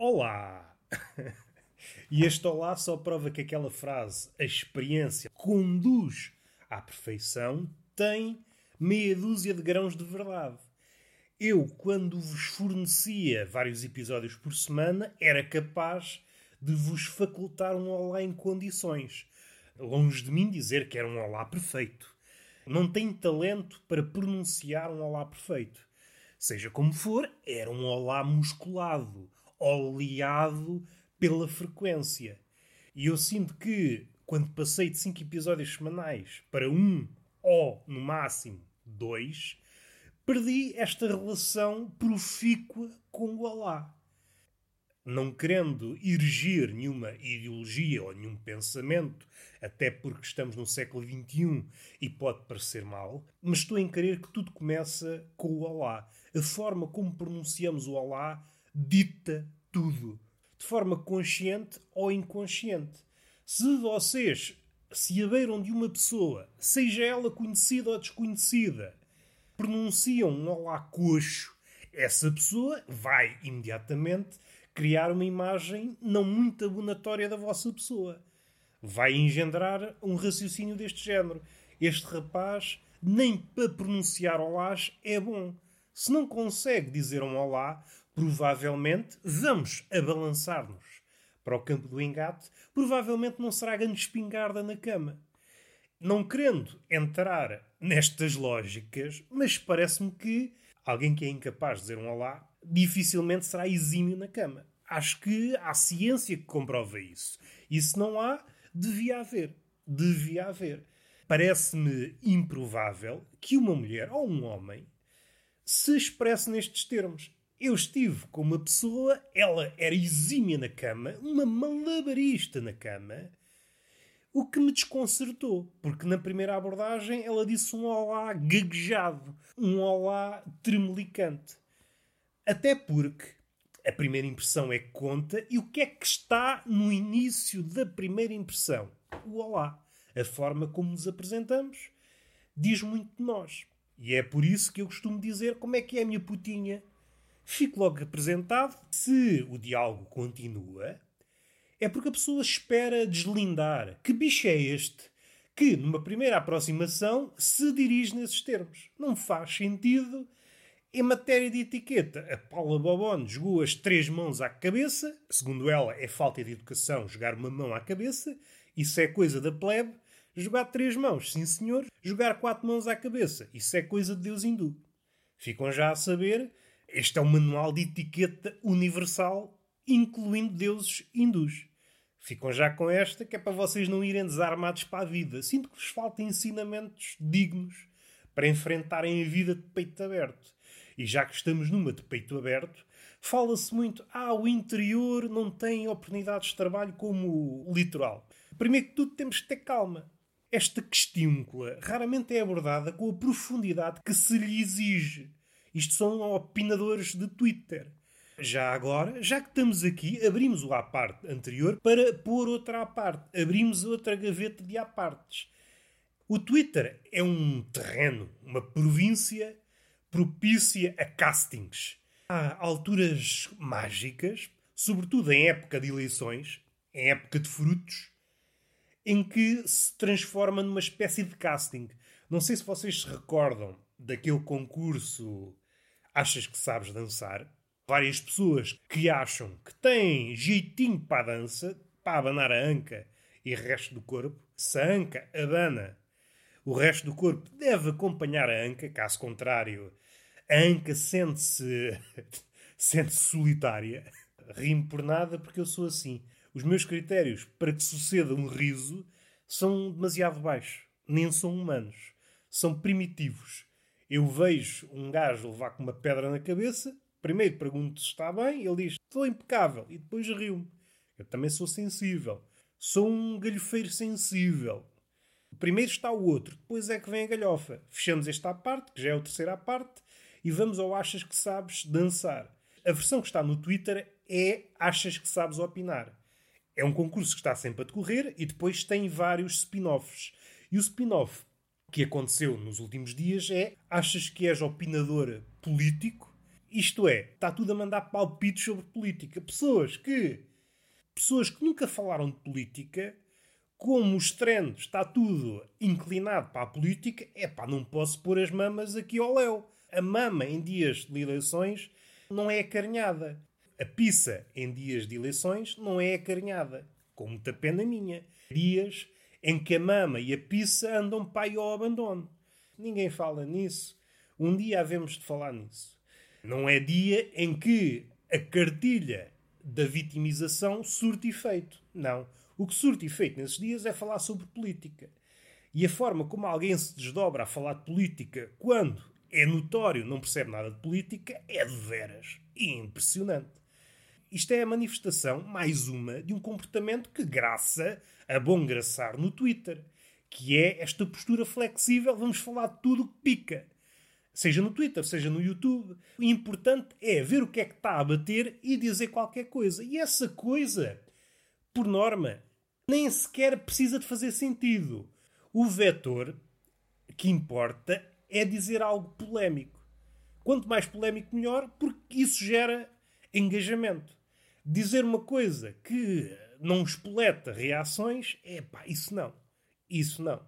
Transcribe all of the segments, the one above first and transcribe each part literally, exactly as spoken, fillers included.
Olá! E este olá só prova que aquela frase, a experiência conduz à perfeição, tem meia dúzia de grãos de verdade. Eu, quando vos fornecia vários episódios por semana, era capaz de vos facultar um olá em condições. Longe de mim dizer que era um olá perfeito. Não tenho talento para pronunciar um olá perfeito. Seja como for, era um olá musculado, oleado pela frequência. E eu sinto que, quando passei de cinco episódios semanais para um, ou no máximo dois, perdi esta relação profícua com o olá. Não querendo erigir nenhuma ideologia ou nenhum pensamento, até porque estamos no século vinte e um e pode parecer mal, mas estou em crer que tudo começa com o olá. A forma como pronunciamos o olá dita tudo, de forma consciente ou inconsciente. Se vocês se abeiram de uma pessoa, seja ela conhecida ou desconhecida, pronunciam um olá coxo, essa pessoa vai imediatamente criar uma imagem não muito abonatória da vossa pessoa. Vai engendrar um raciocínio deste género. Este rapaz nem para pronunciar olás é bom. Se não consegue dizer um olá, provavelmente vamos abalançar-nos para o campo do engate, provavelmente não será grande espingarda na cama. Não querendo entrar nestas lógicas, mas parece-me que alguém que é incapaz de dizer um olá dificilmente será exímio na cama. Acho que há ciência que comprova isso. E se não há, devia haver. Devia haver. Parece-me improvável que uma mulher ou um homem se expresse nestes termos. Eu estive com uma pessoa, ela era exímia na cama, uma malabarista na cama, o que me desconcertou, porque na primeira abordagem ela disse um olá gaguejado, um olá tremelicante. Até porque a primeira impressão é que conta, e o que é que está no início da primeira impressão? O olá. A forma como nos apresentamos diz muito de nós. E é por isso que eu costumo dizer como é que é a minha putinha. Fico logo apresentado. Se o diálogo continua, é porque a pessoa espera deslindar. Que bicho é este que, numa primeira aproximação, se dirige nesses termos? Não faz sentido. Em matéria de etiqueta, a Paula Bobone jogou as três mãos à cabeça. Segundo ela, é falta de educação jogar uma mão à cabeça. Isso é coisa da plebe. Jogar três mãos, sim senhor. Jogar quatro mãos à cabeça. Isso é coisa de Deus hindu. Ficam já a saber, este é um manual de etiqueta universal, incluindo deuses hindus. Ficam já com esta, que é para vocês não irem desarmados para a vida. Sinto que vos faltam ensinamentos dignos para enfrentarem a vida de peito aberto. E já que estamos numa de peito aberto, fala-se muito, ah, o interior não tem oportunidades de trabalho como o litoral. Primeiro que tudo temos que ter calma. Esta questúncula raramente é abordada com a profundidade que se lhe exige. Isto são opinadores de Twitter. Já agora, já que estamos aqui, abrimos o à parte anterior para pôr outra à parte. Abrimos outra gaveta de à partes. O Twitter é um terreno, uma província propícia a castings. Há alturas mágicas, sobretudo em época de eleições, em época de frutos, em que se transforma numa espécie de casting. Não sei se vocês se recordam daquele concurso Achas que Sabes Dançar? Várias pessoas que acham que têm jeitinho para a dança, para abanar a anca e o resto do corpo. Se a anca abana, o resto do corpo deve acompanhar a anca, caso contrário, a anca sente-se sente-se solitária. Rimo por nada porque eu sou assim. Os meus critérios para que suceda um riso são demasiado baixos. Nem são humanos. São primitivos. Eu vejo um gajo levar com uma pedra na cabeça, primeiro pergunto se está bem, ele diz, estou impecável, e depois rio-me. Eu também sou sensível. Sou um galhofeiro sensível. Primeiro está o outro, depois é que vem a galhofa. Fechamos esta à parte, que já é a terceira à parte, e vamos ao Achas que Sabes Dançar. A versão que está no Twitter é Achas que Sabes Opinar. É um concurso que está sempre a decorrer e depois tem vários spin-offs. E o spin-off que aconteceu nos últimos dias é Achas que és opinador político? Isto é, está tudo a mandar palpites sobre política. Pessoas que, pessoas que nunca falaram de política, como os trends está tudo inclinado para a política, é pá, não posso pôr as mamas aqui ao léu. A mama em dias de eleições não é acarinhada. A pizza em dias de eleições não é acarinhada. Com muita pena minha. Dias em que a mama e a pizza andam para aí ao abandono. Ninguém fala nisso. Um dia havemos de falar nisso. Não é dia em que a cartilha da vitimização surte efeito. Não. O que surte efeito nesses dias é falar sobre política. E a forma como alguém se desdobra a falar de política quando é notório, não percebe nada de política, é de veras impressionante. Isto é a manifestação, mais uma, de um comportamento que graça a bom graçar no Twitter, que é esta postura flexível, vamos falar de tudo que pica. Seja no Twitter, seja no YouTube. O importante é ver o que é que está a bater e dizer qualquer coisa. E essa coisa, por norma, nem sequer precisa de fazer sentido. O vetor que importa é dizer algo polémico. Quanto mais polémico, melhor, porque isso gera engajamento. Dizer uma coisa que não espoleta reações, é pá, isso não. Isso não.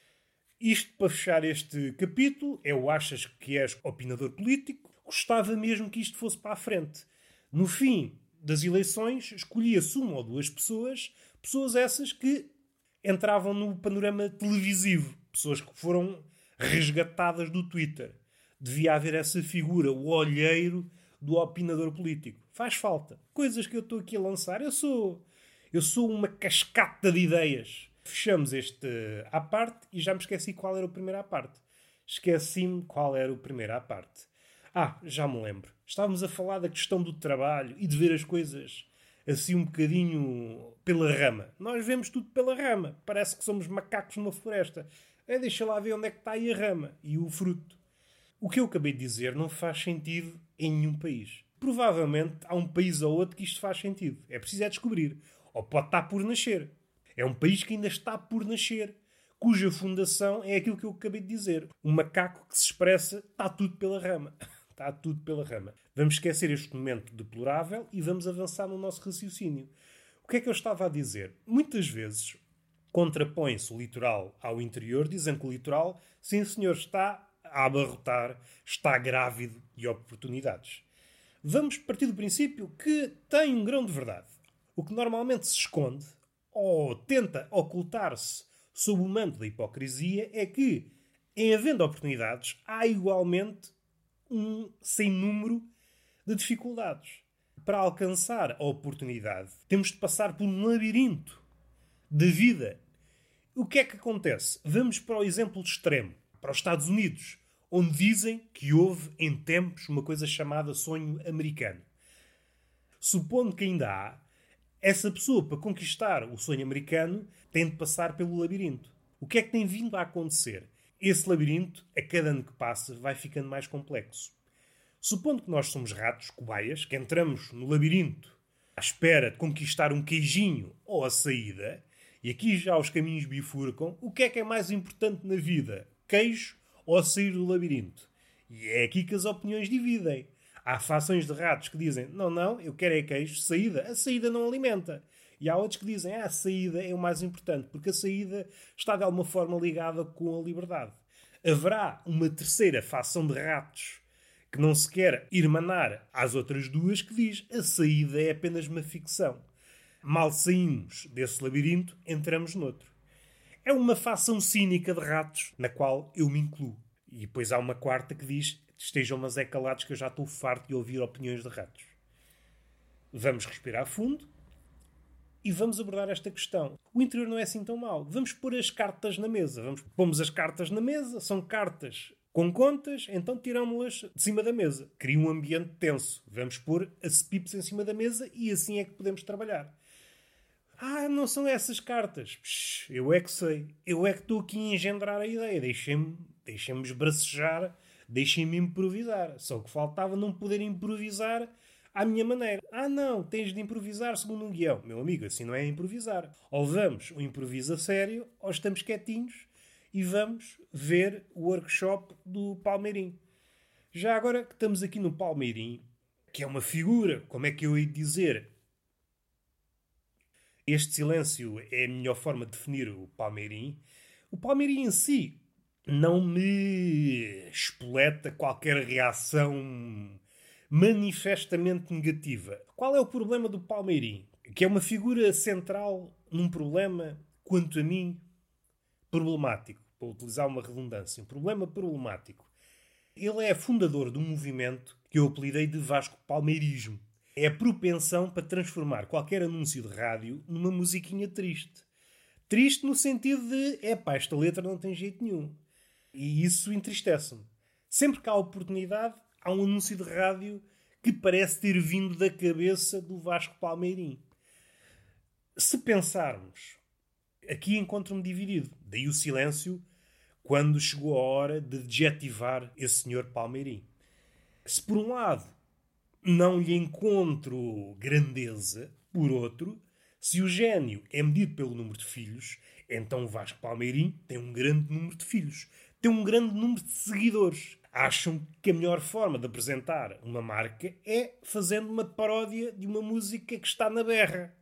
Isto para fechar este capítulo, eu achas que és opinador político, gostava mesmo que isto fosse para a frente. No fim das eleições, escolhia-se uma ou duas pessoas, pessoas essas que entravam no panorama televisivo, pessoas que foram resgatadas do Twitter. Devia haver essa figura, o olheiro do opinador político. Faz falta. Coisas que eu estou aqui a lançar. Eu sou, eu sou uma cascata de ideias. Fechamos este à parte e já me esqueci qual era o primeiro à parte. Esqueci-me qual era o primeiro à parte. Ah, já me lembro. Estávamos a falar da questão do trabalho e de ver as coisas assim um bocadinho pela rama. Nós vemos tudo pela rama. Parece que somos macacos numa floresta. É, deixa lá ver onde é que está aí a rama e o fruto. O que eu acabei de dizer não faz sentido em nenhum país. Provavelmente há um país ou outro que isto faz sentido. É preciso é descobrir. Ou pode estar por nascer. É um país que ainda está por nascer, cuja fundação é aquilo que eu acabei de dizer. Um macaco que se expressa, está tudo pela rama. Está tudo pela rama. Vamos esquecer este momento deplorável e vamos avançar no nosso raciocínio. O que é que eu estava a dizer? Muitas vezes contrapõe-se o litoral ao interior, dizem que o litoral, sim senhor, está a abarrotar, está grávido de oportunidades. Vamos partir do princípio que tem um grão de verdade. O que normalmente se esconde ou tenta ocultar-se sob o manto da hipocrisia é que, em havendo oportunidades, há igualmente um sem número de dificuldades. Para alcançar a oportunidade, temos de passar por um labirinto da vida. O que é que acontece? Vamos para o exemplo extremo, para os Estados Unidos, onde dizem que houve, em tempos, uma coisa chamada sonho americano. Supondo que ainda há, essa pessoa, para conquistar o sonho americano, tem de passar pelo labirinto. O que é que tem vindo a acontecer? Esse labirinto, a cada ano que passa, vai ficando mais complexo. Supondo que nós somos ratos, cobaias, que entramos no labirinto à espera de conquistar um queijinho ou a saída, e aqui já os caminhos bifurcam, o que é que é mais importante na vida? Queijo ou sair do labirinto? E é aqui que as opiniões dividem. Há fações de ratos que dizem, não, não, eu quero é queijo, saída. A saída não alimenta. E há outros que dizem, ah, a saída é o mais importante, porque a saída está de alguma forma ligada com a liberdade. Haverá uma terceira fação de ratos que não se quer irmanar às outras duas que diz, a saída é apenas uma ficção. Mal saímos desse labirinto, entramos noutro. É uma fação cínica de ratos na qual eu me incluo. E depois há uma quarta que diz, estejam mas é calados que eu já estou farto de ouvir opiniões de ratos. Vamos respirar fundo e vamos abordar esta questão. O interior não é assim tão mau. Vamos pôr as cartas na mesa. Vamos pomos as cartas na mesa. São cartas com contas, então tiramos-las de cima da mesa. Cria um ambiente tenso. Vamos pôr as pips em cima da mesa e assim é que podemos trabalhar. Ah, não são essas cartas. Psh, eu é que sei. Eu é que estou aqui a engendrar a ideia. Deixem-me, deixem-me esbracejar. Deixem-me improvisar. Só que faltava não poder improvisar à minha maneira. Ah, não, tens de improvisar segundo um guião. Meu amigo, assim não é improvisar. Ou vamos o improviso a sério, ou estamos quietinhos e vamos ver o workshop do Palmeirim. Já agora que estamos aqui no Palmeirim, que é uma figura. Como é que eu hei de dizer? Este silêncio é a melhor forma de definir o Palmeirim. O Palmeirim em si não me espoleta qualquer reação manifestamente negativa. Qual é o problema do Palmeirim? Que é uma figura central num problema, quanto a mim, problemático. Para utilizar uma redundância. Um problema problemático. Ele é fundador de um movimento que eu apelidei de Vasco Palmeirismo. É a propensão para transformar qualquer anúncio de rádio numa musiquinha triste. Triste no sentido de, epá, esta letra não tem jeito nenhum. E isso entristece-me. Sempre que há oportunidade, há um anúncio de rádio que parece ter vindo da cabeça do Vasco Palmeirim. Se pensarmos, aqui encontro-me dividido. Daí o silêncio quando chegou a hora de adjetivar esse senhor Palmeirim. Se por um lado não lhe encontro grandeza, por outro, se o gênio é medido pelo número de filhos, então o Vasco Palmeirim tem um grande número de filhos. Tem um grande número de seguidores. Acham que a melhor forma de apresentar uma marca é fazendo uma paródia de uma música que está na berra.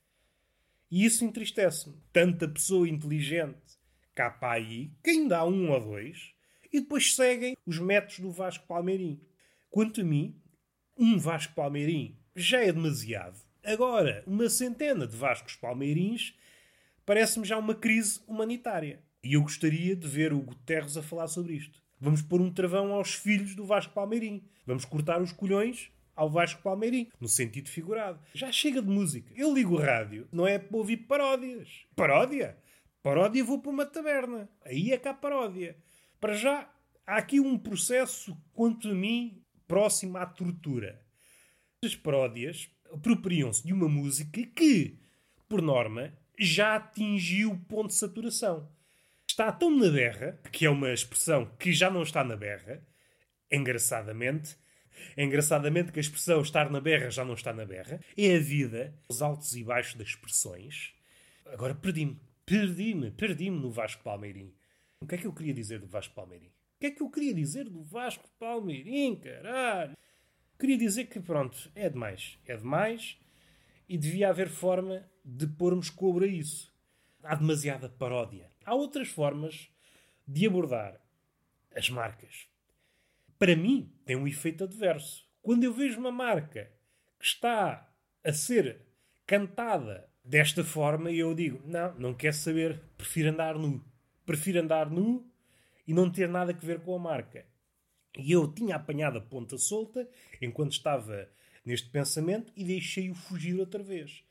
E isso entristece-me. Tanta pessoa inteligente cá para aí, que ainda há um ou dois, e depois seguem os métodos do Vasco Palmeirim. Quanto a mim, um Vasco Palmeirim já é demasiado. Agora, uma centena de Vascos Palmeirins parece-me já uma crise humanitária. E eu gostaria de ver o Guterres a falar sobre isto. Vamos pôr um travão aos filhos do Vasco Palmeirim. Vamos cortar os colhões ao Vasco Palmeirim, no sentido figurado. Já chega de música. Eu ligo o rádio, não é para ouvir paródias. Paródia? Paródia vou para uma taberna. Aí é cá paródia. Para já, há aqui um processo, quanto a mim, próximo à tortura. As paródias apropriam-se de uma música que, por norma, já atingiu o ponto de saturação. Está tão na berra, que é uma expressão que já não está na berra, engraçadamente, engraçadamente que a expressão estar na berra já não está na berra, é a vida, os altos e baixos das expressões. Agora perdi-me, perdi-me, perdi-me no Vasco Palmeirim. O que é que eu queria dizer do Vasco Palmeirim? O que é que eu queria dizer do Vasco Palmeirim, caralho? Queria dizer que, pronto, é demais. É demais e devia haver forma de pormos cobro a isso. Há demasiada paródia. Há outras formas de abordar as marcas. Para mim, tem um efeito adverso. Quando eu vejo uma marca que está a ser cantada desta forma, eu digo, não, não quero saber, prefiro andar nu. Prefiro andar nu e não ter nada a ver com a marca. E eu tinha apanhado a ponta solta enquanto estava neste pensamento e deixei-o fugir outra vez.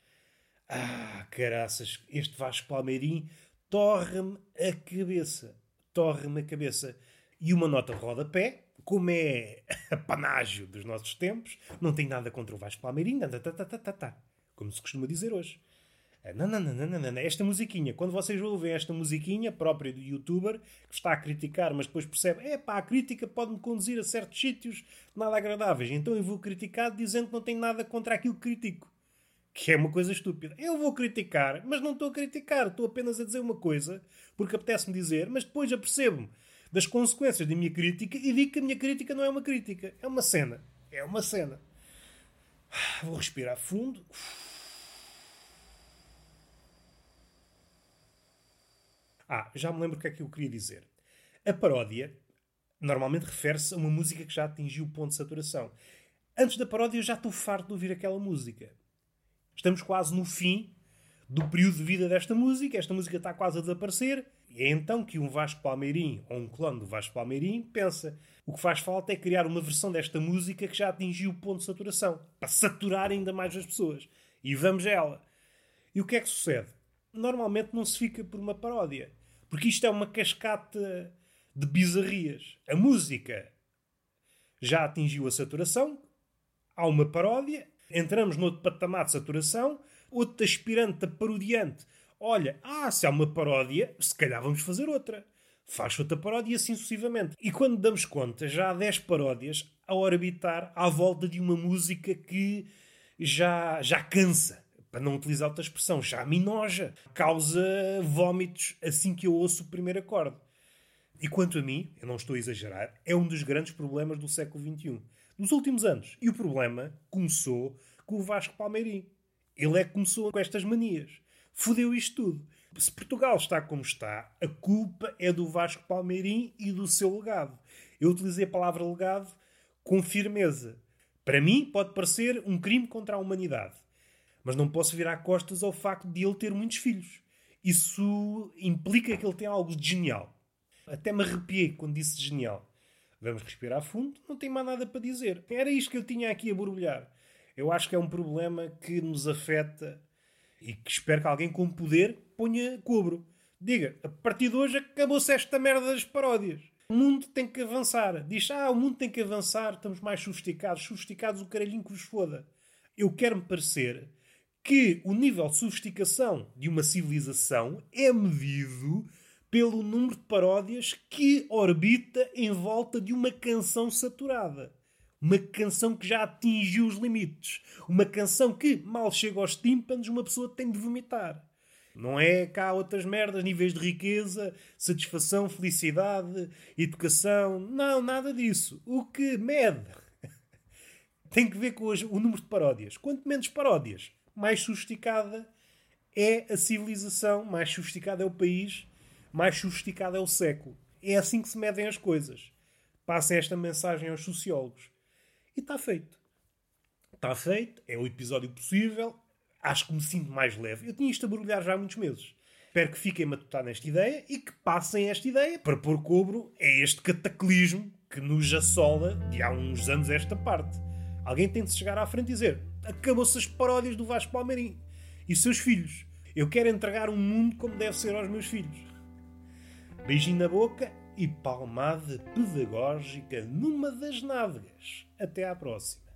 Ah, caraças, este Vasco Palmeirim torra-me a cabeça. Torra-me a cabeça. E uma nota de rodapé, como é apanágio dos nossos tempos, não tem nada contra o Vasco Palmeirim, como se costuma dizer hoje. Não, não, não, não, não, não. Esta musiquinha, quando vocês ouvem esta musiquinha própria do youtuber, que está a criticar, mas depois percebe, é pá, a crítica pode-me conduzir a certos sítios nada agradáveis, então eu vou criticar dizendo que não tenho nada contra aquilo que critico. Que é uma coisa estúpida. Eu vou criticar, mas não estou a criticar, estou apenas a dizer uma coisa, porque apetece-me dizer, mas depois apercebo-me das consequências da minha crítica e digo que a minha crítica não é uma crítica, é uma cena. É uma cena. Vou respirar fundo. Ah, já me lembro o que é que eu queria dizer. A paródia normalmente refere-se a uma música que já atingiu o ponto de saturação. Antes da paródia eu já estou farto de ouvir aquela música. Estamos quase no fim do período de vida desta música. Esta música está quase a desaparecer. E é então que um Vasco Palmeirim, ou um clone do Vasco Palmeirim, pensa, o que faz falta é criar uma versão desta música que já atingiu o ponto de saturação. Para saturar ainda mais as pessoas. E vamos a ela. E o que é que sucede? Normalmente não se fica por uma paródia. Porque isto é uma cascata de bizarrias. A música já atingiu a saturação. Há uma paródia. Entramos noutro patamar de saturação. Outro aspirante a parodiante. Olha, ah, se há uma paródia, se calhar vamos fazer outra. Faz outra paródia e assim sucessivamente. E quando damos conta, já há dez paródias a orbitar à volta de uma música que já, já cansa. Para não utilizar outra expressão, já me enoja. Causa vómitos assim que eu ouço o primeiro acorde. E quanto a mim, eu não estou a exagerar, é um dos grandes problemas do século vinte e um. nos últimos anos. E o problema começou com o Vasco Palmeirim. Ele é que começou com estas manias. Fodeu isto tudo. Se Portugal está como está, a culpa é do Vasco Palmeirim e do seu legado. Eu utilizei a palavra legado com firmeza. Para mim, pode parecer um crime contra a humanidade. Mas não posso virar costas ao facto de ele ter muitos filhos. Isso implica que ele tem algo de genial. Até me arrepiei quando disse genial. Vamos respirar fundo, não tenho mais nada para dizer. Era isto que eu tinha aqui a borbulhar. Eu acho que é um problema que nos afeta e que espero que alguém com poder ponha cobro. Diga, a partir de hoje acabou-se esta merda das paródias. O mundo tem que avançar. Diz, ah, o mundo tem que avançar, estamos mais sofisticados. Sofisticados o caralhinho que vos foda. Eu quero-me parecer que o nível de sofisticação de uma civilização é medido pelo número de paródias que orbita em volta de uma canção saturada. Uma canção que já atingiu os limites. Uma canção que, mal chega aos tímpanos, uma pessoa tem de vomitar. Não é cá outras merdas, níveis de riqueza, satisfação, felicidade, educação. Não, nada disso. O que mede tem que ver com os, o número de paródias. Quanto menos paródias, mais sofisticada é a civilização, mais sofisticado é o país, mais sofisticado é o século. É assim que se medem as coisas. Passem esta mensagem aos sociólogos. E está feito. Está feito. É o episódio possível. Acho que me sinto mais leve. Eu tinha isto a barulhar já há muitos meses. Espero que fiquem matutados nesta ideia e que passem esta ideia para pôr cobro a este cataclismo que nos assola de há uns anos esta parte. Alguém tem de chegar à frente e dizer: acabou-se as paródias do Vasco Palmeirim e seus filhos. Eu quero entregar um mundo como deve ser aos meus filhos. Beijinho na boca e palmada pedagógica numa das nádegas. Até à próxima.